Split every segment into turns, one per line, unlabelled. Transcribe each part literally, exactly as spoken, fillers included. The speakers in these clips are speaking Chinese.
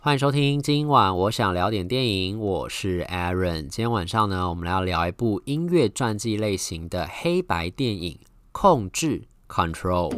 欢迎收听，今晚我想聊点电影，我是 Aaron。今天晚上呢，我们来要聊一部音乐传记类型的黑白电影《控制》（Control）。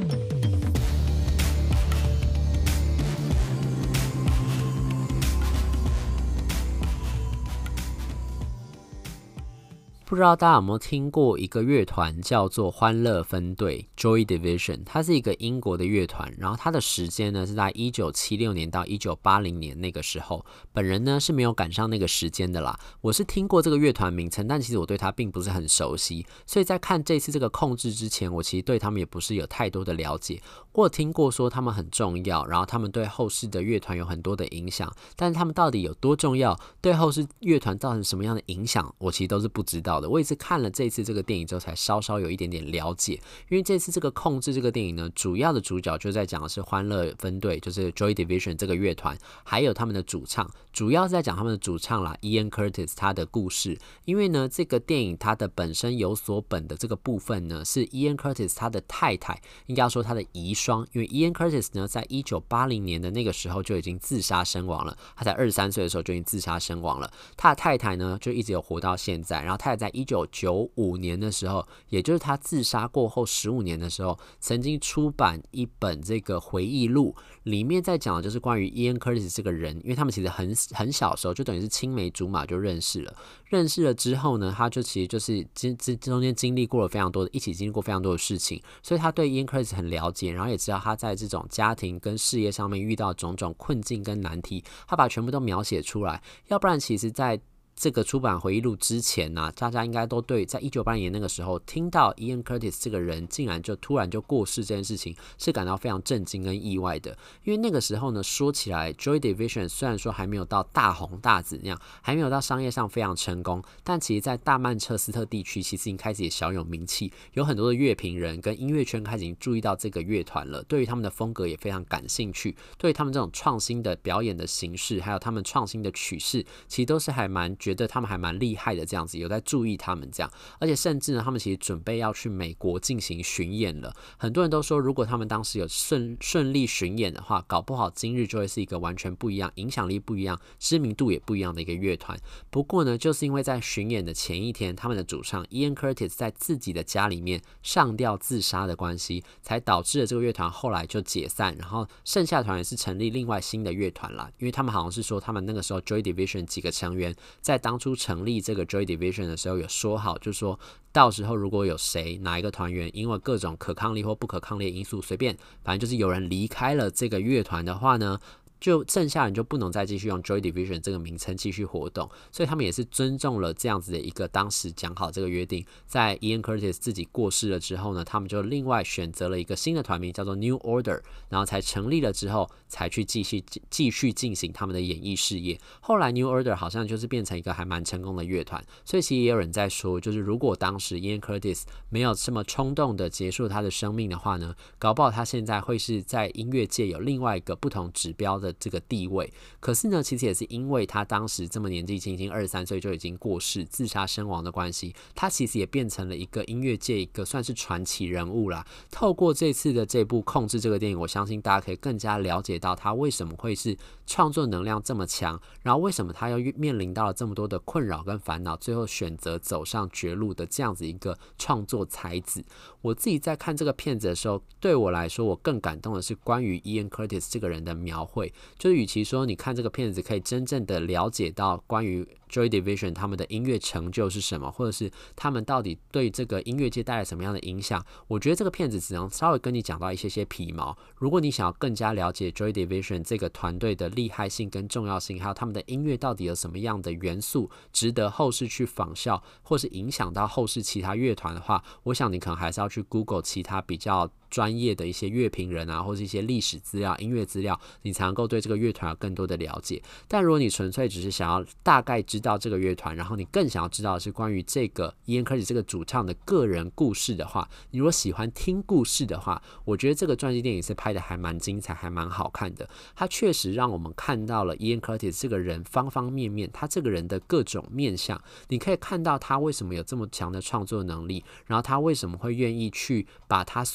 不知道大家有没有听过一个乐团叫做欢乐分队 Joy Division， 它是一个英国的乐团，然后它的时间呢是在一九七六年到一九八零年那个时候。本人呢是没有赶上那个时间的啦，我是听过这个乐团名称，但其实我对它并不是很熟悉，所以在看这次这个控制之前，我其实对他们也不是有太多的了解。我有听过说他们很重要，然后他们对后世的乐团有很多的影响，但是他们到底有多重要，对后世乐团造成什么样的影响，我其实都是不知道的。我也是看了这次这个电影之后才稍稍有一点点了解，因为这次这个控制这个电影呢，主要的主角就在讲的是欢乐分队，就是 Joy Division 这个乐团，还有他们的主唱，主要是在讲他们的主唱啦 Ian Curtis 他的故事。因为呢这个电影它的本身有所本的这个部分呢，是 Ian Curtis 他的太太，应该要说他的遗孀，因为 Ian Curtis 呢在一九八零年的那个时候就已经自杀身亡了，他在二十三岁的时候就已经自杀身亡了。他的太太呢就一直有活到现在，然后太太在一九九五年的时候，也就是他自杀过后十五年的时候，曾经出版一本这个回忆录，里面在讲的就是关于 Ian Curtis 这个人，因为他们其实很很小的时候就等于是青梅竹马就认识了，认识了之后呢，他就其实就是中间经历过了非常多的，一起经历过非常多的事情，所以他对 Ian Curtis 很了解，然后也知道他在这种家庭跟事业上面遇到种种困境跟难题，他把全部都描写出来。要不然其实在这个出版回忆录之前呢、啊，大家应该都对在一九八零年那个时候听到 Ian Curtis 这个人竟然就突然就过世这件事情是感到非常震惊跟意外的。因为那个时候呢，说起来 Joy Division 虽然说还没有到大红大紫那样，还没有到商业上非常成功，但其实在大曼彻斯特地区其实已经开始也小有名气，有很多的乐评人跟音乐圈开始已经注意到这个乐团了，对于他们的风格也非常感兴趣，对于他们这种创新的表演的形式还有他们创新的曲式，其实都是还蛮觉得他们还蛮厉害的，这样子有在注意他们这样，而且甚至呢，他们其实准备要去美国进行巡演了。很多人都说，如果他们当时有顺顺利巡演的话，搞不好今日就会是一个完全不一样、影响力不一样、知名度也不一样的一个乐团。不过呢，就是因为在巡演的前一天，他们的主唱 Ian Curtis 在自己的家里面上吊自杀的关系，才导致了这个乐团后来就解散，然后剩下团也是成立另外新的乐团啦。因为他们好像是说，他们那个时候 Joy Division 几个成员在当初成立这个 Joy Division 的时候有说好，就是说到时候如果有谁哪一个团员因为各种可抗力或不可抗力的因素，随便反正就是有人离开了这个乐团的话呢，就剩下人就不能再继续用 Joy Division 这个名称继续活动，所以他们也是尊重了这样子的一个当时讲好这个约定。在 Ian Curtis 自己过世了之后呢，他们就另外选择了一个新的团名叫做 New Order， 然后才成立了之后才去继续继续进行他们的演艺事业。后来 New Order 好像就是变成一个还蛮成功的乐团，所以其实也有人在说，就是如果当时 Ian Curtis 没有这么冲动的结束他的生命的话呢，搞不好他现在会是在音乐界有另外一个不同指标的这个地位。可是呢，其实也是因为他当时这么年纪轻轻二十三岁就已经过世自杀身亡的关系，他其实也变成了一个音乐界一个算是传奇人物啦。透过这次的这部控制这个电影，我相信大家可以更加了解到他为什么会是创作能量这么强，然后为什么他又面临到了这么多的困扰跟烦恼，最后选择走上绝路的这样子一个创作才子。我自己在看这个片子的时候，对我来说我更感动的是关于 Ian Curtis 这个人的描绘，就是与其说你看这个片子可以真正的了解到关于 Joy Division 他们的音乐成就是什么，或者是他们到底对这个音乐界带来什么样的影响，我觉得这个片子只能稍微跟你讲到一些些皮毛。如果你想要更加了解 Joy Division 这个团队的厉害性跟重要性，还有他们的音乐到底有什么样的元素值得后世去仿效，或是影响到后世其他乐团的话，我想你可能还是要去 Google 其他比较专业的一些乐评人啊，或是一些历史资料、音乐资料，你才能够对这个乐团有更多的了解。但如果你纯粹只是想要大概知道这个乐团，然后你更想要知道的是关于这个 Ian Curtis 这个主唱的个人故事的话，你如果喜欢听故事的话，我觉得这个传记电影是拍的还蛮精彩，还蛮好看的。它确实让我们看到了 Ian Curtis 这个人方方面面，他这个人的各种面向，你可以看到他为什么有这么强的创作能力，然后他为什么会愿意去把他所有的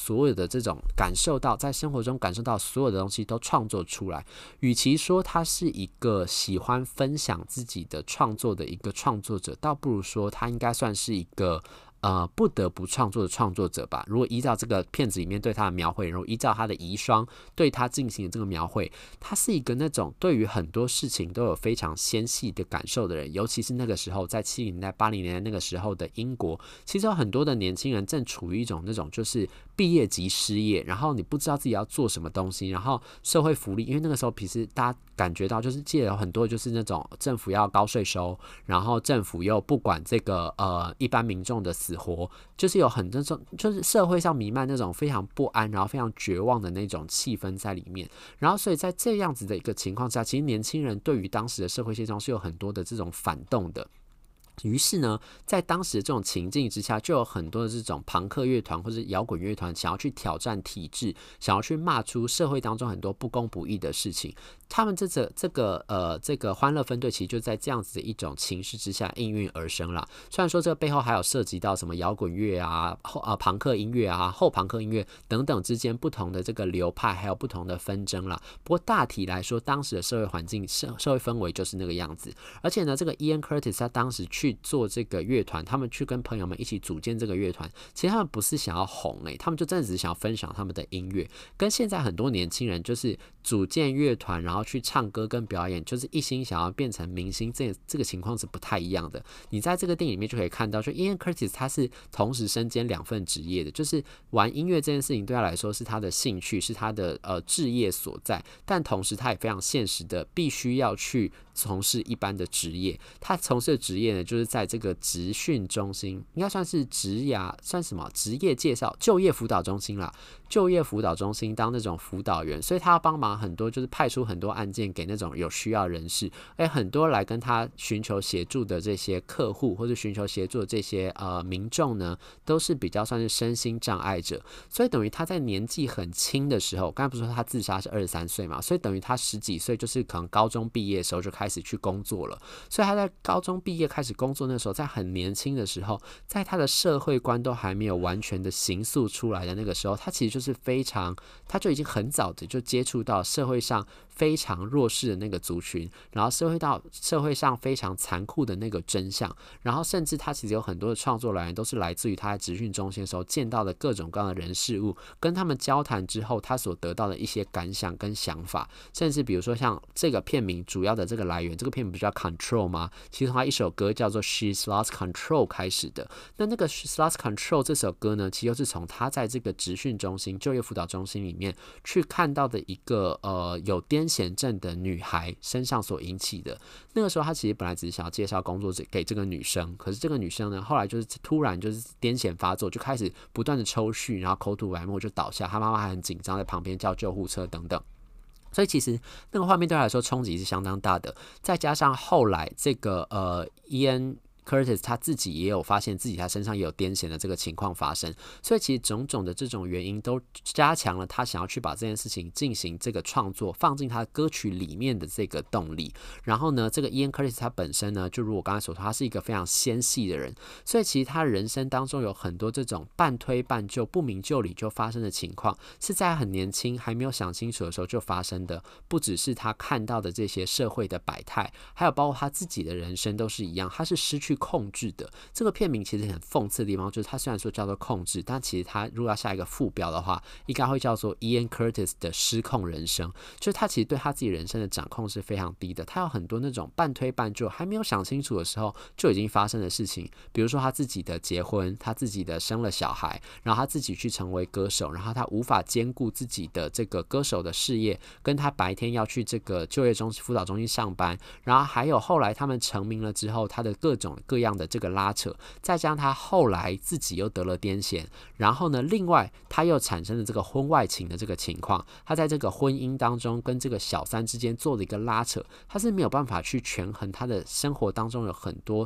的这种感受到，在生活中感受到所有的东西都创作出来。与其说他是一个喜欢分享自己的创作的一个创作者，倒不如说他应该算是一个呃，不得不创作的创作者吧。如果依照这个片子里面对他的描绘，然后依照他的遗孀对他进行的这个描绘，他是一个那种对于很多事情都有非常纤细的感受的人。尤其是那个时候，在七零年代、八零年代那个时候的英国，其实有很多的年轻人正处于一种那种就是毕业即失业，然后你不知道自己要做什么东西，然后社会福利，因为那个时候其实大家感觉到就是记得有很多就是那种政府要高税收，然后政府又不管这个呃一般民众的死活，就是有很多种，就是社会上弥漫那种非常不安，然后非常绝望的那种气氛在里面。然后所以在这样子的一个情况下，其实年轻人对于当时的社会现状是有很多的这种反动的。于是呢，在当时的这种情境之下，就有很多的这种朋克乐团或者摇滚乐团想要去挑战体制，想要去骂出社会当中很多不公不义的事情。他们这个这个呃这个欢乐分队其实就在这样子的一种情势之下应运而生啦。虽然说这个背后还有涉及到什么摇滚乐啊、后呃朋克音乐啊、后朋克音乐等等之间不同的这个流派，还有不同的纷争啦。不过大体来说，当时的社会环境、社社会氛围就是那个样子。而且呢，这个 Ian Curtis 他当时去做这个乐团，他们去跟朋友们一起组建这个乐团，其实他们不是想要红诶、欸，他们就真的只是想要分享他们的音乐，跟现在很多年轻人就是组建乐团，然后去唱歌跟表演，就是一心想要变成明星，这这个情况是不太一样的。你在这个电影里面就可以看到，说 Ian Curtis 他是同时身兼两份职业的，就是玩音乐这件事情对他来说是他的兴趣，是他的呃志业所在，但同时他也非常现实的必须要去从事一般的职业。他从事的职业呢，就是在这个职训中心，应该算是职涯，算什么职业介绍、就业辅导中心啦。就业辅导中心当那种辅导员，所以他要帮忙很多，就是派出很多案件给那种有需要人士，而很多来跟他寻求协助的这些客户或者寻求协助的这些呃民众呢，都是比较算是身心障碍者，所以等于他在年纪很轻的时候，刚才不是说他自杀是二十三岁嘛，所以等于他十几岁就是可能高中毕业的时候就开始去工作了，所以他在高中毕业开始工作那时候，在很年轻的时候，在他的社会观都还没有完全的形塑出来的那个时候，他其实就是非常，他就已经很早的就接触到社会上非常弱势的那个族群，然后社会到社会上非常残酷的那个真相，然后甚至他其实有很多的创作来源都是来自于他在职训中心的时候见到的各种各样的人事物，跟他们交谈之后他所得到的一些感想跟想法，甚至比如说像这个片名主要的这个来源，这个片名不叫 Control 吗？其实从他一首歌叫做 She's Lost Control 开始的。那那个 She's Lost Control 这首歌呢，其实就是从他在这个职训中心、就业辅导中心里面去看到的一个呃有癫痫症的女孩身上所引起的。那个时候他其实本来只是想要介绍工作给这个女生，可是这个女生呢，后来就是突然就是癫痫发作，就开始不断的抽搐，然后口吐白沫就倒下，她妈妈还很紧张，在旁边叫救护车等等。所以其实那个画面对他来说冲击是相当大的，再加上后来这个呃伊恩Curtis 他自己也有发现自己他身上也有癫痫的这个情况发生，所以其实种种的这种原因都加强了他想要去把这件事情进行这个创作放进他的歌曲里面的这个动力。然后呢，这个 Ian Curtis 他本身呢，就如我刚才所说，他是一个非常纤细的人，所以其实他人生当中有很多这种半推半就、不明就里就发生的情况，是在很年轻还没有想清楚的时候就发生的。不只是他看到的这些社会的百态，还有包括他自己的人生都是一样，他是失去控制的。这个片名其实很讽刺的地方，就是他虽然说叫做控制，但其实他如果要下一个副标的话，应该会叫做 Ian Curtis 的失控人生。就是他其实对他自己人生的掌控是非常低的，他有很多那种半推半就，还没有想清楚的时候就已经发生的事情，比如说他自己的结婚，他自己的生了小孩，然后他自己去成为歌手，然后他无法兼顾自己的这个歌手的事业，跟他白天要去这个就业中心辅导中心上班，然后还有后来他们成名了之后，他的各种各样的这个拉扯，再加上他后来自己又得了癫痫，然后呢，另外他又产生了这个婚外情的这个情况，他在这个婚姻当中跟这个小三之间做了一个拉扯，他是没有办法去权衡他的生活当中有很多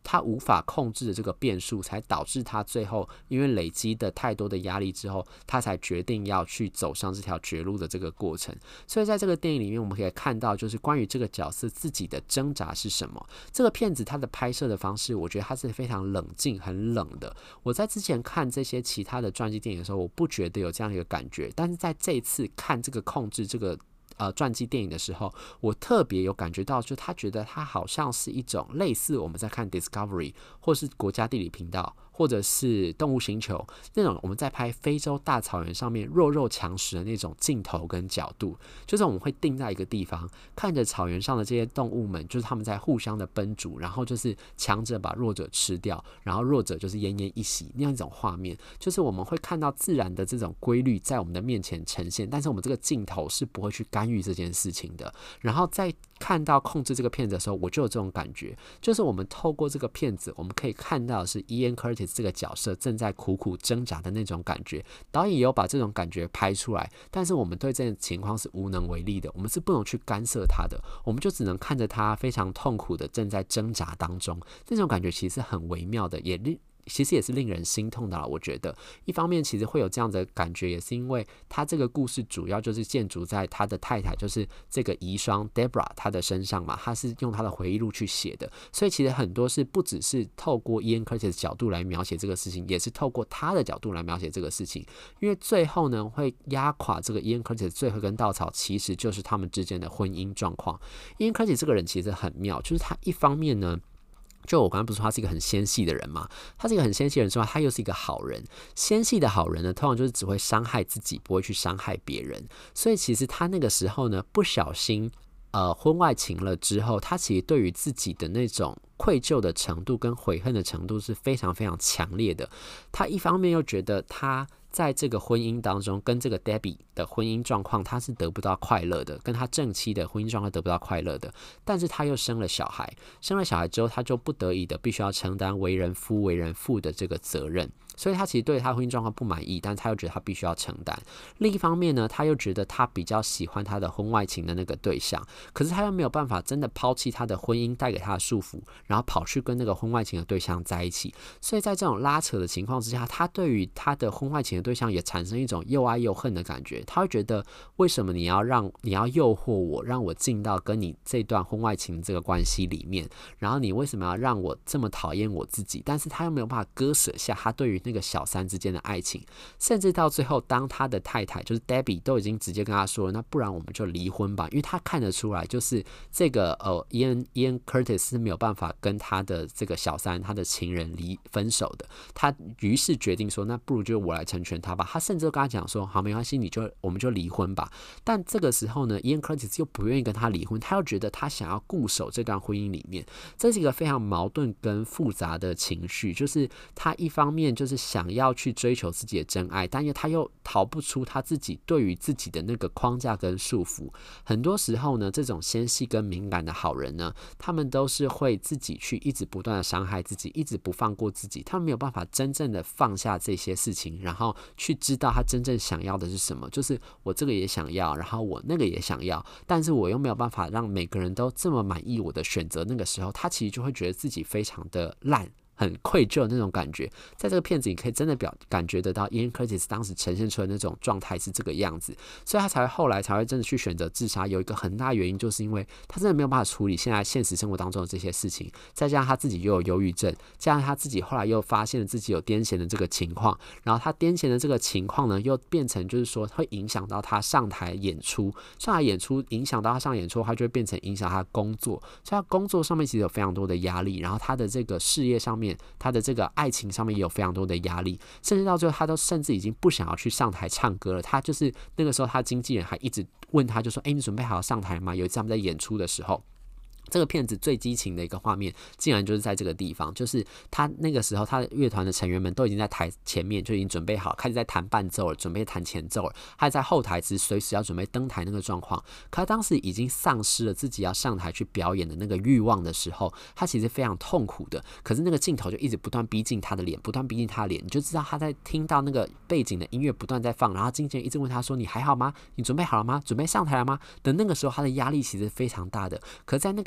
他无法控制的这个变数，才导致他最后因为累积的太多的压力之后，他才决定要去走上这条绝路的这个过程。所以在这个电影里面，我们可以看到，就是关于这个角色自己的挣扎是什么。这个片子它的拍摄的方式，我觉得它是非常冷静、很冷的。我在之前看这些其他的传记电影的时候，我不觉得有这样一个感觉，但是在这一次看这个控制这个。呃，传记电影的时候，我特别有感觉到，就他觉得他好像是一种类似我们在看 Discovery 或是国家地理频道，或者是动物星球那种我们在拍非洲大草原上面弱肉强食的那种镜头跟角度，就是我们会定在一个地方，看着草原上的这些动物们，就是他们在互相的奔逐，然后就是强者把弱者吃掉，然后弱者就是奄奄一息那样一种画面，就是我们会看到自然的这种规律在我们的面前呈现，但是我们这个镜头是不会去干预这件事情的。然后在看到控制这个片子的时候，我就有这种感觉，就是我们透过这个片子，我们可以看到的是 Ian Curtis 这个角色正在苦苦挣扎的那种感觉。导演也有把这种感觉拍出来，但是我们对这种情况是无能为力的，我们是不能去干涉他的，我们就只能看着他非常痛苦的正在挣扎当中。这种感觉其实很微妙的，也其实也是令人心痛的啦。我觉得一方面其实会有这样的感觉，也是因为他这个故事主要就是建筑在他的太太，就是这个遗孀 Debra 他的身上嘛，他是用他的回忆录去写的，所以其实很多是不只是透过 Ian Curtis 的角度来描写这个事情，也是透过他的角度来描写这个事情。因为最后呢，会压垮这个 Ian Curtis 最后一根稻草，其实就是他们之间的婚姻状况。Ian Curtis 这个人其实很妙，就是他一方面呢，就我刚刚不是说他是一个很纤细的人嘛，他是一个很纤细的人之外，他又是一个好人。纤细的好人呢，通常就是只会伤害自己，不会去伤害别人。所以其实他那个时候呢，不小心呃婚外情了之后，他其实对于自己的那种愧疚的程度跟悔恨的程度是非常非常强烈的。他一方面又觉得他在这个婚姻当中，跟这个 Debbie 的婚姻状况，他是得不到快乐的，跟他正妻的婚姻状况得不到快乐的。但是他又生了小孩，生了小孩之后，他就不得已的必须要承担为人夫、为人父的这个责任。所以他其实对他婚姻状况不满意，但是他又觉得他必须要承担。另一方面呢，他又觉得他比较喜欢他的婚外情的那个对象，可是他又没有办法真的抛弃他的婚姻带给他的束缚，然后跑去跟那个婚外情的对象在一起。所以在这种拉扯的情况之下，他对于他的婚外情的对象也产生一种又爱又恨的感觉。他会觉得，为什么你要让你要诱惑我，让我进到跟你这段婚外情这个关系里面，然后你为什么要让我这么讨厌我自己？但是他又没有办法割舍下他对于那个小三之间的爱情，甚至到最后，当他的太太就是 Debbie 都已经直接跟他说，那不然我们就离婚吧，因为他看得出来，就是这个呃 Ian Ian Curtis 是没有办法跟他的这个小三，他的情人离分手的。他于是决定说，那不如就我来成全他吧。他甚至跟他讲说，好，没关系，你就我们就离婚吧。但这个时候呢 ，Ian Curtis 又不愿意跟他离婚，他又觉得他想要固守这段婚姻里面，这是一个非常矛盾跟复杂的情绪，就是他一方面就是想要去追求自己的真爱，但因为他又逃不出他自己对于自己的那个框架跟束缚。很多时候呢，这种纤细跟敏感的好人呢，他们都是会自己去一直不断的伤害自己，一直不放过自己，他们没有办法真正的放下这些事情，然后去知道他真正想要的是什么，就是我这个也想要，然后我那个也想要，但是我又没有办法让每个人都这么满意我的选择。那个时候他其实就会觉得自己非常的烂，很愧疚的那种感觉。在这个片子你可以真的表感觉得到 Ian Curtis 当时呈现出的那种状态是这个样子，所以他才会后来才会真的去选择自杀。有一个很大的原因就是因为他真的没有办法处理现在现实生活当中的这些事情，再加上他自己又有忧郁症，加上他自己后来又发现了自己有癫痫的这个情况，然后他癫痫的这个情况呢又变成就是说会影响到他上台演出，上台演出影响到他上演出，他就会变成影响他的工作，所以他工作上面其实有非常多的压力，然后他的这个事业上面他的这个爱情上面也有非常多的压力，甚至到最后他都甚至已经不想要去上台唱歌了。他就是那个时候他经纪人还一直问他就说，哎、欸，你准备好上台吗？有一次他们在演出的时候，这个片子最激情的一个画面竟然就是在这个地方，就是他那个时候他的乐团的成员们都已经在台前面就已经准备好开始在弹伴奏了，准备弹前奏了，他在后台只随时要准备登台那个状况。可他当时已经丧失了自己要上台去表演的那个欲望的时候，他其实非常痛苦的。可是那个镜头就一直不断逼近他的脸，不断逼近他的脸，你就知道他在听到那个背景的音乐不断在放，然后经纪人一直问他说，你还好吗？你准备好了吗？准备上台了吗？的那个时候他的压力其实非常大的。可是在那个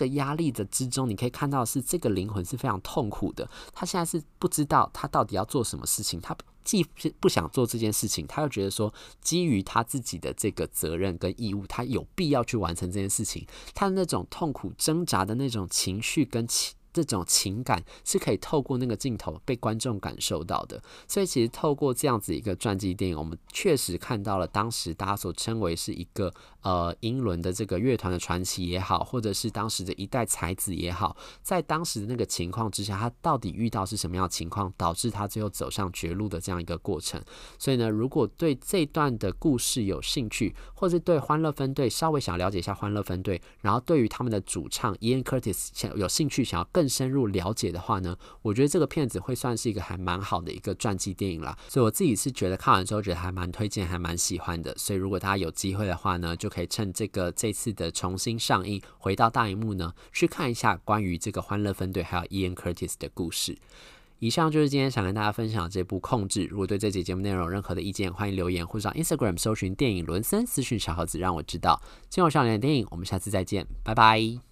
压力的之中，你可以看到的是这个灵魂是非常痛苦的，他现在是不知道他到底要做什么事情，他既不想做这件事情，他又觉得说基于他自己的这个责任跟义务，他有必要去完成这件事情，他的那种痛苦挣扎的那种情绪跟情这种情感是可以透过那个镜头被观众感受到的。所以其实透过这样子一个传记电影，我们确实看到了当时大家所称为是一个呃英伦的这个乐团的传奇也好，或者是当时的一代才子也好，在当时的那个情况之下，他到底遇到是什么样的情况，导致他最后走上绝路的这样一个过程。所以呢，如果对这段的故事有兴趣，或是对欢乐分队稍微想了解一下欢乐分队，然后对于他们的主唱 Ian Curtis 有兴趣，想要更深入了解的话呢，我觉得这个片子会算是一个还蛮好的一个传记电影啦。所以我自己是觉得看完之后觉得还蛮推荐，还蛮喜欢的。所以如果大家有机会的话呢，就可以趁这个这次的重新上映，回到大荧幕呢，去看一下关于这个欢乐分队还有 Ian Curtis 的故事。以上就是今天想跟大家分享的这部《控制》。如果对这期节目内容有任何的意见，欢迎留言或者上 Instagram 搜寻电影伦森，私讯小盒子让我知道。今晚上聊电影，我们下次再见，拜拜。